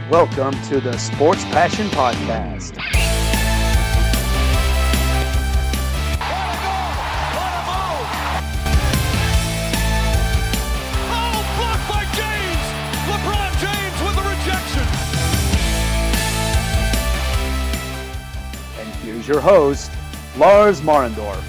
Welcome to the Sports Passion Podcast. Oh, blocked by James! LeBron James with the rejection! And here's your host, Lars Marendorf.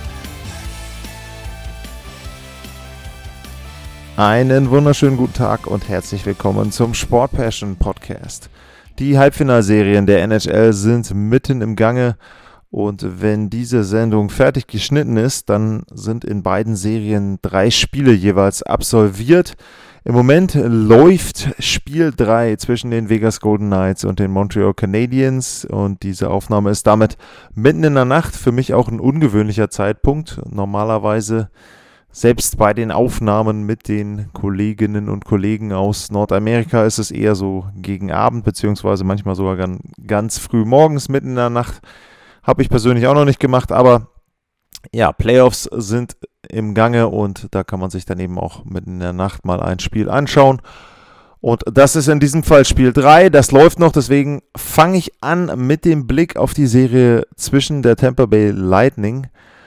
Einen wunderschönen guten Tag und herzlich willkommen zum Sport Passion Podcast. Die Halbfinalserien der NHL sind mitten im Gange und wenn diese Sendung fertig geschnitten ist, dann sind in beiden Serien 3 Spiele jeweils absolviert. Im Moment läuft Spiel 3 zwischen den Vegas Golden Knights und den Montreal Canadiens und diese Aufnahme ist damit mitten in der Nacht, für mich auch ein ungewöhnlicher Zeitpunkt. Normalerweise selbst bei den Aufnahmen mit den Kolleginnen und Kollegen aus Nordamerika ist es eher so gegen Abend, beziehungsweise manchmal sogar ganz früh morgens, mitten in der Nacht. Habe ich persönlich auch noch nicht gemacht, aber ja, Playoffs sind im Gange und da kann man sich dann eben auch mitten in der Nacht mal ein Spiel anschauen. Und das ist in diesem Fall Spiel 3, das läuft noch, deswegen fange ich an mit dem Blick auf die Serie zwischen der Tampa Bay Lightning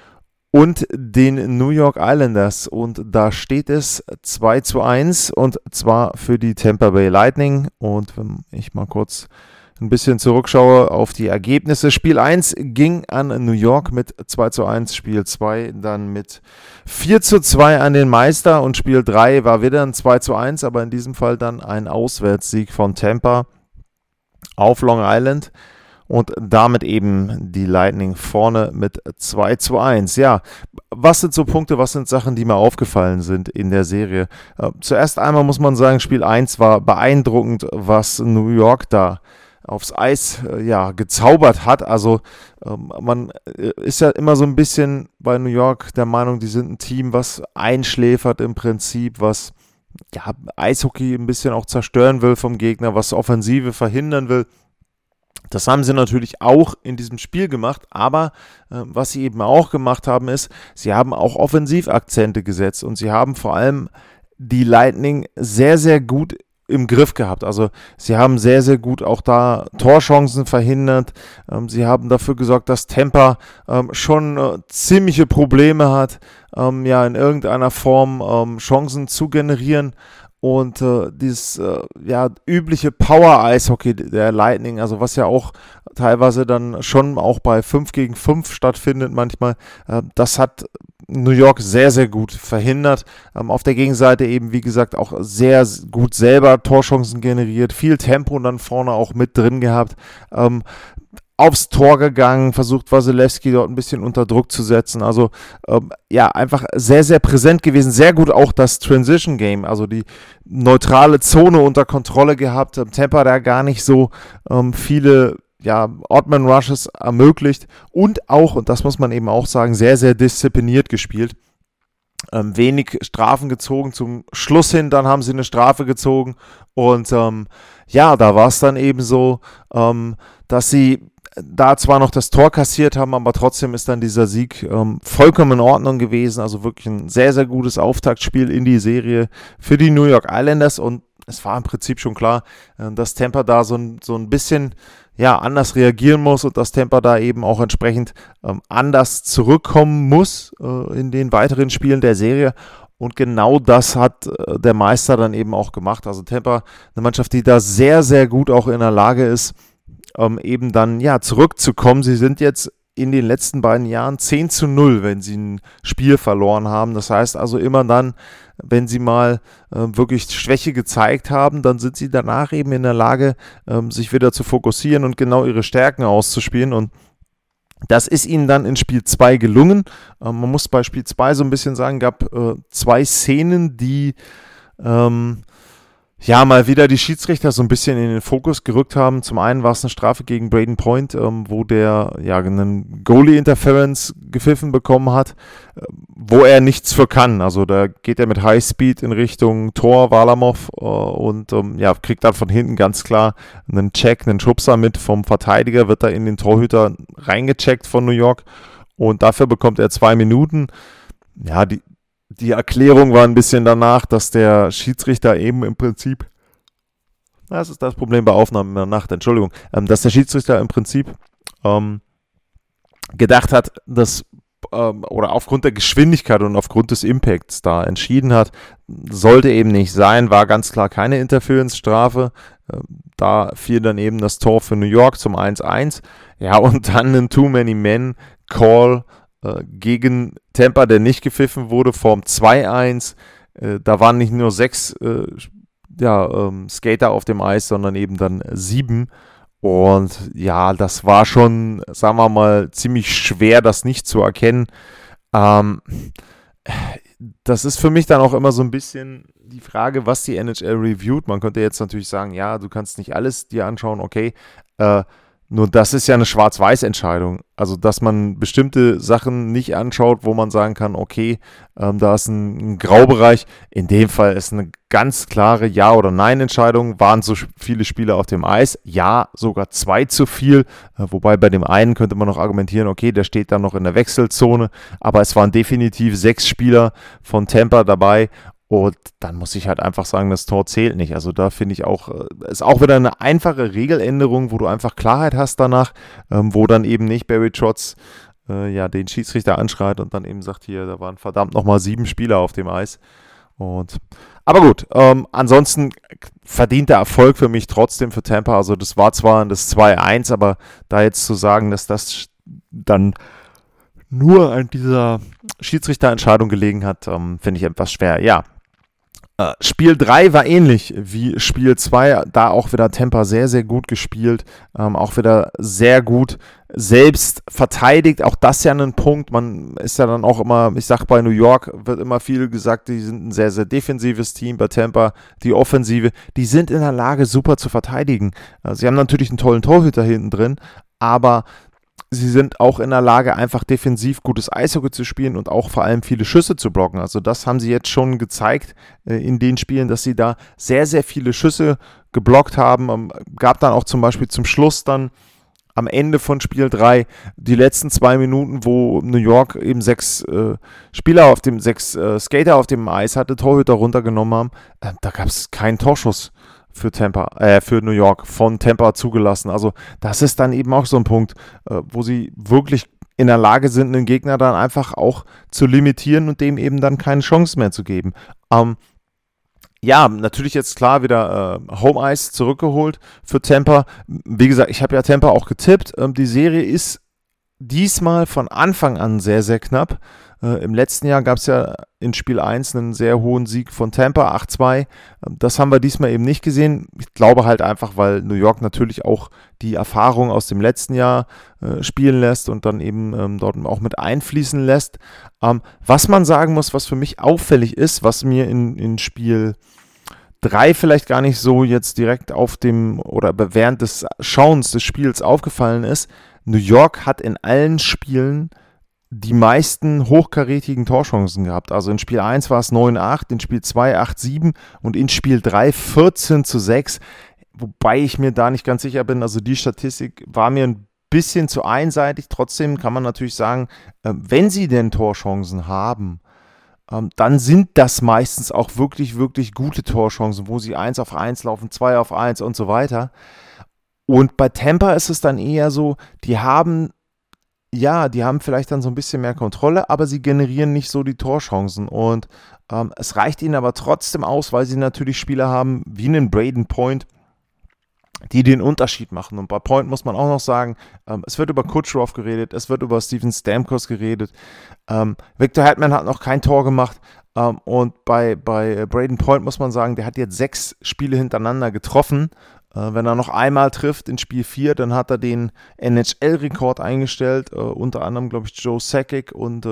und den New York Islanders und da steht es 2-1 und zwar für die Tampa Bay Lightning und wenn ich mal kurz ein bisschen zurückschaue auf die Ergebnisse, Spiel 1 ging an New York mit 2-1, Spiel 2 dann mit 4-2 an den Meister und Spiel 3 war wieder ein 2-1, aber in diesem Fall dann ein Auswärtssieg von Tampa auf Long Island. Und damit eben die Lightning vorne mit 2-1. Ja, was sind so Punkte, was sind Sachen, die mir aufgefallen sind in der Serie? Zuerst einmal muss man sagen, Spiel 1 war beeindruckend, was New York da aufs Eis gezaubert hat. Also man ist ja immer so ein bisschen bei New York der Meinung, die sind ein Team, was einschläfert im Prinzip, was Eishockey ein bisschen auch zerstören will vom Gegner, was Offensive verhindern will. Das haben sie natürlich auch in diesem Spiel gemacht, aber was sie eben auch gemacht haben ist, sie haben auch Offensivakzente gesetzt und sie haben vor allem die Lightning sehr, sehr gut im Griff gehabt. Also sie haben sehr, sehr gut auch da Torchancen verhindert. Sie haben dafür gesorgt, dass Tampa schon ziemliche Probleme hat, in irgendeiner Form Chancen zu generieren. Und dieses übliche Power-Eishockey der Lightning, also was ja auch teilweise dann schon auch bei 5 gegen 5 stattfindet manchmal, das hat New York sehr, sehr gut verhindert. Auf der Gegenseite eben, wie gesagt, auch sehr gut selber Torchancen generiert, viel Tempo dann vorne auch mit drin gehabt. Aufs Tor gegangen, versucht Wasilewski dort ein bisschen unter Druck zu setzen. Also einfach sehr, sehr präsent gewesen. Sehr gut auch das Transition Game, also die neutrale Zone unter Kontrolle gehabt. Tampa da gar nicht so viele Odd-Man Rushes ermöglicht und auch, und das muss man eben auch sagen, sehr, sehr diszipliniert gespielt. Wenig Strafen gezogen, zum Schluss hin, dann haben sie eine Strafe gezogen und da war es dann eben so, dass sie da zwar noch das Tor kassiert haben, aber trotzdem ist dann dieser Sieg vollkommen in Ordnung gewesen, also wirklich ein sehr, sehr gutes Auftaktspiel in die Serie für die New York Islanders und es war im Prinzip schon klar, dass Tampa da so ein bisschen anders reagieren muss und dass Tampa da eben auch entsprechend anders zurückkommen muss in den weiteren Spielen der Serie. Und genau das hat der Meister dann eben auch gemacht. Also Tampa, eine Mannschaft, die da sehr, sehr gut auch in der Lage ist, eben dann zurückzukommen. Sie sind jetzt in den letzten beiden Jahren 10-0, wenn sie ein Spiel verloren haben. Das heißt also immer dann, wenn sie mal wirklich Schwäche gezeigt haben, dann sind sie danach eben in der Lage, sich wieder zu fokussieren und genau ihre Stärken auszuspielen. Und das ist ihnen dann in Spiel 2 gelungen. Man muss bei Spiel 2 so ein bisschen sagen, gab 2 Szenen, die mal wieder die Schiedsrichter so ein bisschen in den Fokus gerückt haben. Zum einen war es eine Strafe gegen Brayden Point, wo der einen Goalie-Interference gepfiffen bekommen hat, wo er nichts für kann. Also da geht er mit Highspeed in Richtung Tor, Varlamov und kriegt dann von hinten ganz klar einen Check, einen Schubser mit vom Verteidiger, wird da in den Torhüter reingecheckt von New York und dafür bekommt er 2 Minuten. Ja, die Erklärung war ein bisschen danach, dass der Schiedsrichter eben im Prinzip das ist das Problem bei Aufnahmen in der Nacht, Entschuldigung, dass der Schiedsrichter im Prinzip gedacht hat, dass oder aufgrund der Geschwindigkeit und aufgrund des Impacts da entschieden hat, sollte eben nicht sein, war ganz klar keine Interference-Strafe. Da fiel dann eben das Tor für New York zum 1-1. Ja, und dann ein Too-Many-Men-Call gegen Tampa, der nicht gepfiffen wurde, vorm 2-1. Da waren nicht nur 6 Skater auf dem Eis, sondern eben dann 7. Und ja, das war schon, sagen wir mal, ziemlich schwer, das nicht zu erkennen. Das ist für mich dann auch immer so ein bisschen die Frage, was die NHL reviewt. Man könnte jetzt natürlich sagen, ja, du kannst nicht alles dir anschauen, okay. Nur das ist ja eine Schwarz-Weiß-Entscheidung. Also, dass man bestimmte Sachen nicht anschaut, wo man sagen kann, okay, da ist ein Graubereich. In dem Fall ist eine ganz klare Ja- oder Nein-Entscheidung. Waren so viele Spieler auf dem Eis? Ja, sogar 2 zu viel. Wobei bei dem einen könnte man noch argumentieren, okay, der steht dann noch in der Wechselzone. Aber es waren definitiv 6 Spieler von Tampa dabei. Und dann muss ich halt einfach sagen, das Tor zählt nicht. Also da finde ich auch, ist auch wieder eine einfache Regeländerung, wo du einfach Klarheit hast danach, wo dann eben nicht Barry Trotz den Schiedsrichter anschreit und dann eben sagt, hier, da waren verdammt nochmal 7 Spieler auf dem Eis. Aber gut, ansonsten verdienter Erfolg für mich trotzdem für Tampa. Also das war zwar das 2-1, aber da jetzt zu sagen, dass das dann nur an dieser Schiedsrichterentscheidung gelegen hat, finde ich etwas schwer. Ja. Spiel 3 war ähnlich wie Spiel 2, da auch wieder Tampa sehr, sehr gut gespielt, auch wieder sehr gut selbst verteidigt, auch das ja ein Punkt, man ist ja dann auch immer, ich sag bei New York wird immer viel gesagt, die sind ein sehr, sehr defensives Team, bei Tampa die Offensive, die sind in der Lage super zu verteidigen, sie haben natürlich einen tollen Torhüter hinten drin, aber sie sind auch in der Lage, einfach defensiv gutes Eishockey zu spielen und auch vor allem viele Schüsse zu blocken. Also das haben sie jetzt schon gezeigt in den Spielen, dass sie da sehr, sehr viele Schüsse geblockt haben. Gab dann auch zum Beispiel zum Schluss dann am Ende von Spiel 3 die letzten 2 Minuten, wo New York eben 6 Skater auf dem Eis hatte, Torhüter runtergenommen haben. Da gab es keinen Torschuss für New York von Tampa zugelassen. Also das ist dann eben auch so ein Punkt, wo sie wirklich in der Lage sind, einen Gegner dann einfach auch zu limitieren und dem eben dann keine Chance mehr zu geben. Natürlich jetzt klar wieder Home Ice zurückgeholt für Tampa. Wie gesagt, ich habe ja Tampa auch getippt. Die Serie ist diesmal von Anfang an sehr, sehr knapp. Im letzten Jahr gab es ja in Spiel 1 einen sehr hohen Sieg von Tampa, 8-2. Das haben wir diesmal eben nicht gesehen. Ich glaube halt einfach, weil New York natürlich auch die Erfahrung aus dem letzten Jahr spielen lässt und dann eben dort auch mit einfließen lässt. Was man sagen muss, was für mich auffällig ist, was mir in Spiel 3 vielleicht gar nicht so jetzt direkt während des Schauens des Spiels aufgefallen ist, New York hat in allen Spielen die meisten hochkarätigen Torchancen gehabt. Also in Spiel 1 war es 9-8, in Spiel 2 8-7 und in Spiel 3 14-6. Wobei ich mir da nicht ganz sicher bin, also die Statistik war mir ein bisschen zu einseitig. Trotzdem kann man natürlich sagen, wenn sie denn Torchancen haben, dann sind das meistens auch wirklich, wirklich gute Torchancen, wo sie 1-1 laufen, 2-1 und so weiter. Und bei Tampa ist es dann eher so, die haben vielleicht dann so ein bisschen mehr Kontrolle, aber sie generieren nicht so die Torchancen. Und es reicht ihnen aber trotzdem aus, weil sie natürlich Spieler haben wie einen Brayden Point, die den Unterschied machen. Und bei Point muss man auch noch sagen, es wird über Kucherov geredet, es wird über Steven Stamkos geredet. Victor Hedman hat noch kein Tor gemacht. Und bei Brayden Point muss man sagen, der hat jetzt 6 Spiele hintereinander getroffen. Wenn er noch einmal trifft in Spiel 4, dann hat er den NHL-Rekord eingestellt. Unter anderem, glaube ich, Joe Sakic und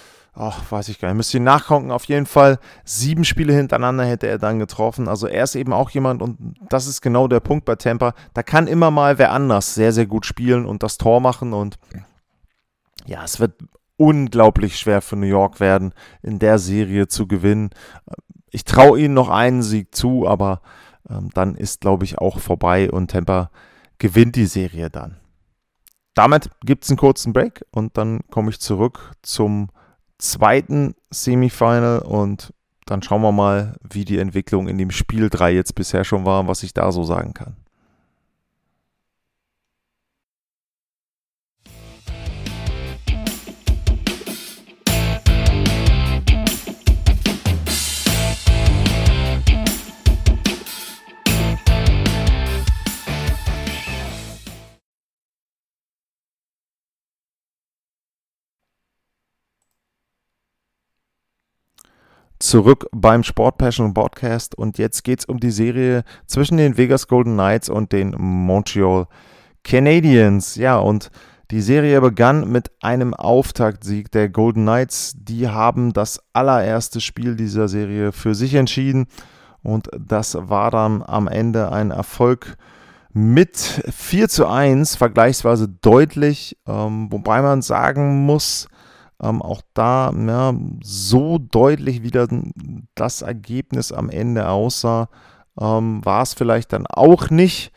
weiß ich gar nicht, müsst ihr nachgucken. Auf jeden Fall 7 Spiele hintereinander hätte er dann getroffen. Also er ist eben auch jemand, und das ist genau der Punkt bei Tampa, da kann immer mal wer anders sehr, sehr gut spielen und das Tor machen. Und ja, es wird unglaublich schwer für New York werden, in der Serie zu gewinnen. Ich traue ihnen noch einen Sieg zu, aber dann ist, glaube ich, auch vorbei und Tampa gewinnt die Serie dann. Damit gibt es einen kurzen Break und dann komme ich zurück zum zweiten Semifinal und dann schauen wir mal, wie die Entwicklung in dem Spiel 3 jetzt bisher schon war, was ich da so sagen kann. Zurück beim Sport Passion Podcast und jetzt geht es um die Serie zwischen den Vegas Golden Knights und den Montreal Canadiens. Ja, und die Serie begann mit einem Auftaktsieg der Golden Knights. Die haben das allererste Spiel dieser Serie für sich entschieden und das war dann am Ende ein Erfolg mit 4:1, vergleichsweise deutlich, wobei man sagen muss, auch da, ja, so deutlich wie das Ergebnis am Ende aussah, war es vielleicht dann auch nicht.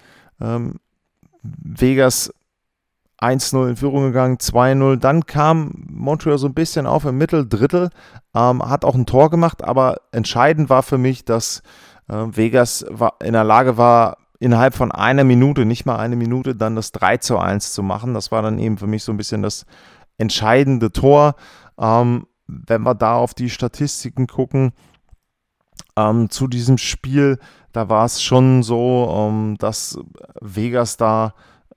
Vegas 1:0 in Führung gegangen, 2:0. Dann kam Montreal so ein bisschen auf im Mitteldrittel, hat auch ein Tor gemacht, aber entscheidend war für mich, dass Vegas in der Lage war, innerhalb von einer Minute, nicht mal eine Minute, dann das 3:1 zu machen. Das war dann eben für mich so ein bisschen das entscheidende Tor. Wenn wir da auf die Statistiken gucken, zu diesem Spiel, da war es schon so, dass Vegas da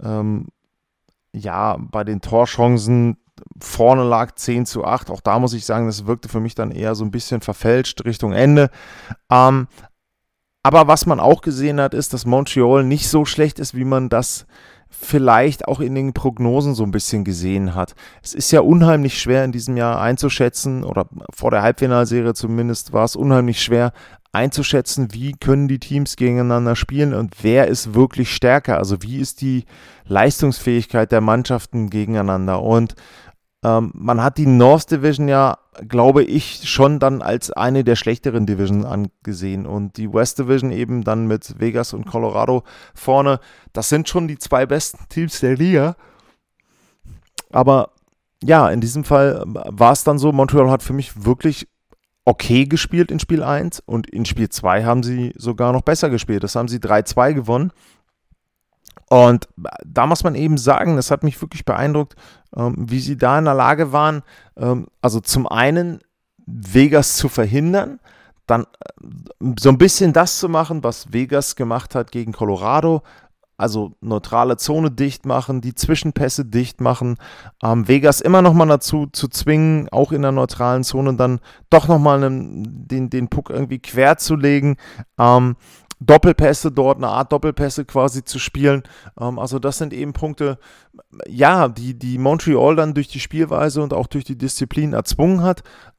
bei den Torchancen vorne lag 10:8. Auch da muss ich sagen, das wirkte für mich dann eher so ein bisschen verfälscht Richtung Ende. Aber was man auch gesehen hat, ist, dass Montreal nicht so schlecht ist, wie man das vielleicht auch in den Prognosen so ein bisschen gesehen hat. Es ist ja unheimlich schwer in diesem Jahr einzuschätzen, oder vor der Halbfinalserie zumindest war es unheimlich schwer einzuschätzen, wie können die Teams gegeneinander spielen und wer ist wirklich stärker, also wie ist die Leistungsfähigkeit der Mannschaften gegeneinander. Und man hat die North Division ja, glaube ich, schon dann als eine der schlechteren Divisionen angesehen und die West Division eben dann mit Vegas und Colorado vorne. Das sind schon die zwei besten Teams der Liga. Aber ja, in diesem Fall war es dann so, Montreal hat für mich wirklich okay gespielt in Spiel 1 und in Spiel 2 haben sie sogar noch besser gespielt. Das haben sie 3:2 gewonnen. Und da muss man eben sagen, das hat mich wirklich beeindruckt, wie sie da in der Lage waren, also zum einen Vegas zu verhindern, dann so ein bisschen das zu machen, was Vegas gemacht hat gegen Colorado, also neutrale Zone dicht machen, die Zwischenpässe dicht machen, Vegas immer nochmal dazu zu zwingen, auch in der neutralen Zone dann doch nochmal den Puck irgendwie quer zu legen, Doppelpässe dort, eine Art Doppelpässe quasi zu spielen. Also das sind eben Punkte, ja, die Montreal dann durch die Spielweise und auch durch die Disziplin erzwungen hat.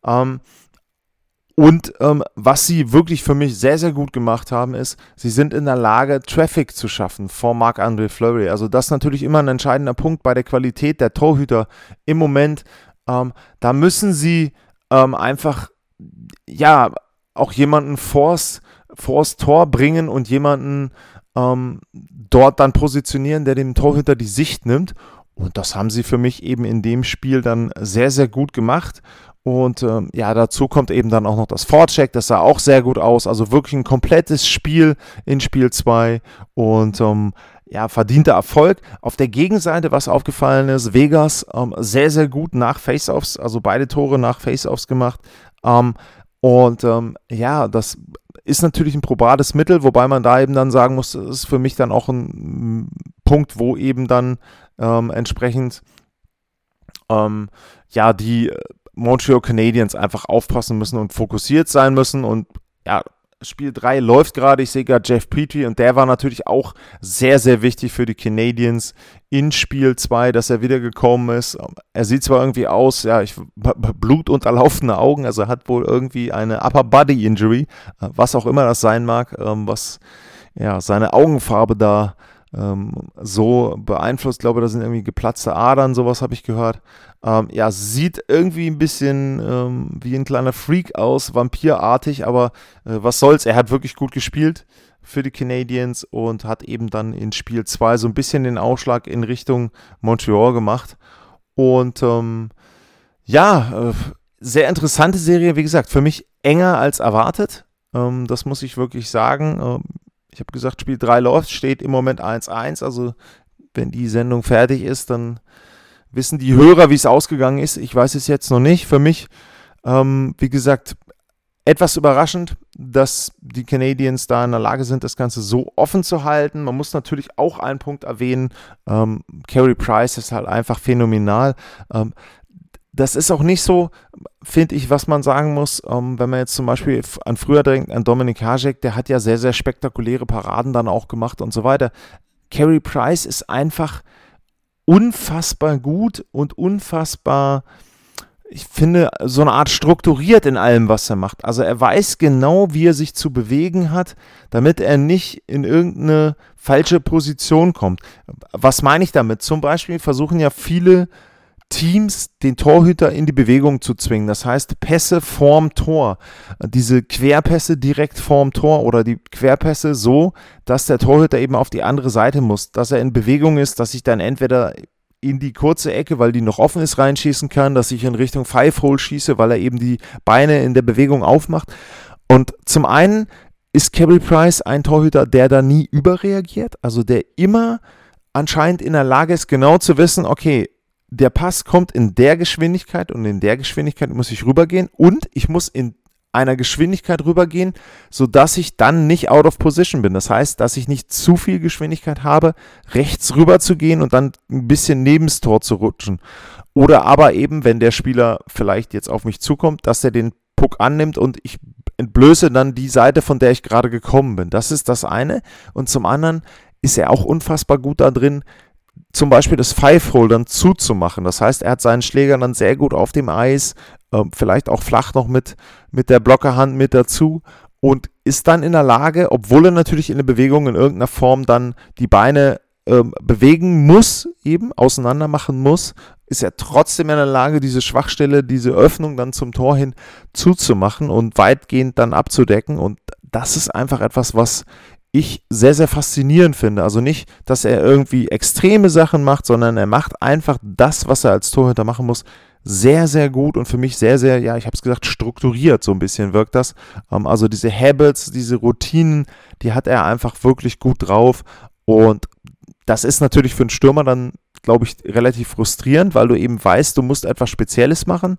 Was sie wirklich für mich sehr, sehr gut gemacht haben, ist, sie sind in der Lage, Traffic zu schaffen vor Marc-André Fleury. Also das ist natürlich immer ein entscheidender Punkt bei der Qualität der Torhüter im Moment. Da müssen sie einfach, ja, auch jemanden vors Tor bringen und jemanden dort dann positionieren, der dem Torhüter die Sicht nimmt. Und das haben sie für mich eben in dem Spiel dann sehr, sehr gut gemacht. Und dazu kommt eben dann auch noch das Forecheck, das sah auch sehr gut aus. Also wirklich ein komplettes Spiel in Spiel 2 und verdienter Erfolg. Auf der Gegenseite, was aufgefallen ist, Vegas sehr, sehr gut nach Faceoffs, also beide Tore nach Faceoffs gemacht. Das ist natürlich ein probates Mittel, wobei man da eben dann sagen muss, das ist für mich dann auch ein Punkt, wo eben dann entsprechend die Montreal Canadiens einfach aufpassen müssen und fokussiert sein müssen. Und ja, Spiel 3 läuft gerade, ich sehe gerade Jeff Petrie und der war natürlich auch sehr, sehr wichtig für die Canadiens in Spiel 2, dass er wiedergekommen ist. Er sieht zwar irgendwie aus, blutunterlaufene Augen, also er hat wohl irgendwie eine Upper Body Injury, was auch immer das sein mag, was seine Augenfarbe da so beeinflusst. Ich glaube, da sind irgendwie geplatzte Adern, sowas habe ich gehört. Sieht irgendwie ein bisschen wie ein kleiner Freak aus, vampirartig, aber was soll's, er hat wirklich gut gespielt für die Canadiens und hat eben dann in Spiel 2 so ein bisschen den Ausschlag in Richtung Montreal gemacht. Und sehr interessante Serie, wie gesagt, für mich enger als erwartet. Das muss ich wirklich sagen. Ich habe gesagt, Spiel 3 läuft, steht im Moment 1-1. Also wenn die Sendung fertig ist, dann wissen die Hörer, wie es ausgegangen ist. Ich weiß es jetzt noch nicht. Für mich, wie gesagt, etwas überraschend, dass die Canadiens da in der Lage sind, das Ganze so offen zu halten. Man muss natürlich auch einen Punkt erwähnen. Carey Price ist halt einfach phänomenal. Das ist auch nicht so, finde ich, was man sagen muss, wenn man jetzt zum Beispiel an früher denkt, an Dominik Hasek, der hat ja sehr, sehr spektakuläre Paraden dann auch gemacht und so weiter. Carey Price ist einfach unfassbar gut und unfassbar, ich finde, so eine Art strukturiert in allem, was er macht. Also er weiß genau, wie er sich zu bewegen hat, damit er nicht in irgendeine falsche Position kommt. Was meine ich damit? Zum Beispiel versuchen ja viele Teams, den Torhüter in die Bewegung zu zwingen. Das heißt, Pässe vorm Tor. Diese Querpässe direkt vorm Tor oder die Querpässe so, dass der Torhüter eben auf die andere Seite muss, dass er in Bewegung ist, dass ich dann entweder in die kurze Ecke, weil die noch offen ist, reinschießen kann, dass ich in Richtung Five-Hole schieße, weil er eben die Beine in der Bewegung aufmacht. Und zum einen ist Carey Price ein Torhüter, der da nie überreagiert, also der immer anscheinend in der Lage ist, genau zu wissen, okay, der Pass kommt in der Geschwindigkeit und in der Geschwindigkeit muss ich rübergehen und ich muss in einer Geschwindigkeit rübergehen, sodass ich dann nicht out of position bin. Das heißt, dass ich nicht zu viel Geschwindigkeit habe, rechts rüber zu gehen und dann ein bisschen neben das Tor zu rutschen. Oder aber eben, wenn der Spieler vielleicht jetzt auf mich zukommt, dass er den Puck annimmt und ich entblöße dann die Seite, von der ich gerade gekommen bin. Das ist das eine. Und zum anderen ist er auch unfassbar gut da drin, zum Beispiel das Five-Hole dann zuzumachen. Das heißt, er hat seinen Schläger dann sehr gut auf dem Eis, vielleicht auch flach noch mit der Blockerhand mit dazu und ist dann in der Lage, obwohl er natürlich in der Bewegung in irgendeiner Form dann die Beine bewegen muss, eben auseinander machen muss, ist er trotzdem in der Lage, diese Schwachstelle, diese Öffnung dann zum Tor hin zuzumachen und weitgehend dann abzudecken. Und das ist einfach etwas, was ich sehr, sehr faszinierend finde. Also nicht, dass er irgendwie extreme Sachen macht, sondern er macht einfach das, was er als Torhüter machen muss, sehr, sehr gut und für mich sehr, sehr, ja, ich habe es gesagt, strukturiert, so ein bisschen wirkt das. Also diese Habits, diese Routinen, die hat er einfach wirklich gut drauf und das ist natürlich für einen Stürmer dann, glaube ich, relativ frustrierend, weil du eben weißt, du musst etwas Spezielles machen,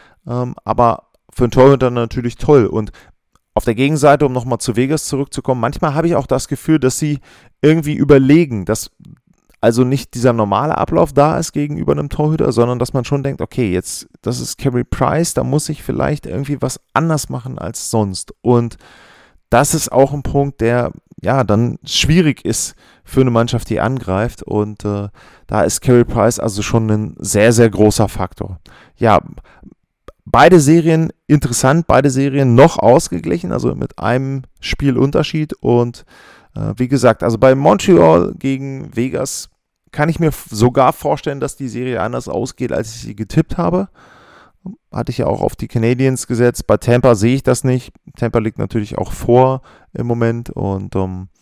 aber für einen Torhüter natürlich toll. Und auf der Gegenseite, um nochmal zu Vegas zurückzukommen, manchmal habe ich auch das Gefühl, dass sie irgendwie überlegen, dass also nicht dieser normale Ablauf da ist gegenüber einem Torhüter, sondern dass man schon denkt, okay, jetzt, das ist Carey Price, da muss ich vielleicht irgendwie was anders machen als sonst. Und das ist auch ein Punkt, der ja dann schwierig ist für eine Mannschaft, die angreift. Und da ist Carey Price also schon ein sehr, sehr großer Faktor. Ja, beide Serien interessant, beide Serien noch ausgeglichen, also mit einem Spielunterschied. Und wie gesagt, also bei Montreal gegen Vegas kann ich mir sogar vorstellen, dass die Serie anders ausgeht, als ich sie getippt habe. Hatte ich ja auch auf die Canadiens gesetzt. Bei Tampa sehe ich das nicht. Tampa liegt natürlich auch vor im Moment. Und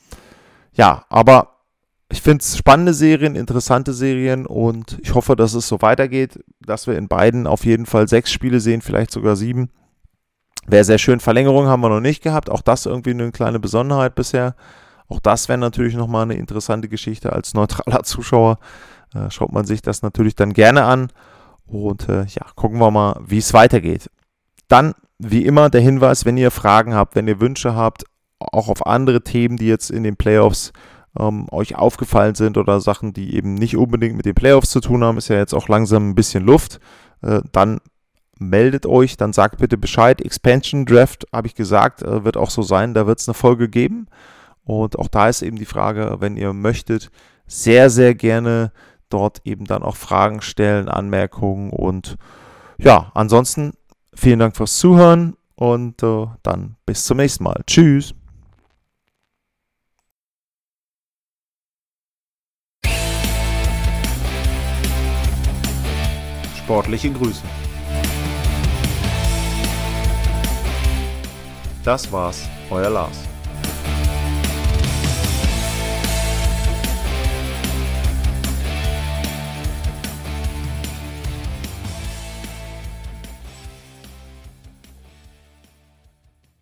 ja, aber ich finde es spannende Serien, interessante Serien und ich hoffe, dass es so weitergeht, dass wir in beiden auf jeden Fall 6 Spiele sehen, vielleicht sogar 7. Wäre sehr schön. Verlängerung haben wir noch nicht gehabt. Auch das irgendwie eine kleine Besonderheit bisher. Auch das wäre natürlich nochmal eine interessante Geschichte. Als neutraler Zuschauer schaut man sich das natürlich dann gerne an. Und ja, gucken wir mal, wie es weitergeht. Dann, wie immer, der Hinweis, wenn ihr Fragen habt, wenn ihr Wünsche habt, auch auf andere Themen, die jetzt in den Playoffs euch aufgefallen sind oder Sachen, die eben nicht unbedingt mit den Playoffs zu tun haben, ist ja jetzt auch langsam ein bisschen Luft, dann meldet euch, dann sagt bitte Bescheid. Expansion Draft, habe ich gesagt, wird auch so sein, da wird es eine Folge geben. Und auch da ist eben die Frage, wenn ihr möchtet, sehr, sehr gerne dort eben dann auch Fragen stellen, Anmerkungen und ja, ansonsten vielen Dank fürs Zuhören und dann bis zum nächsten Mal. Tschüss! Sportliche Grüße. Das war's, euer Lars.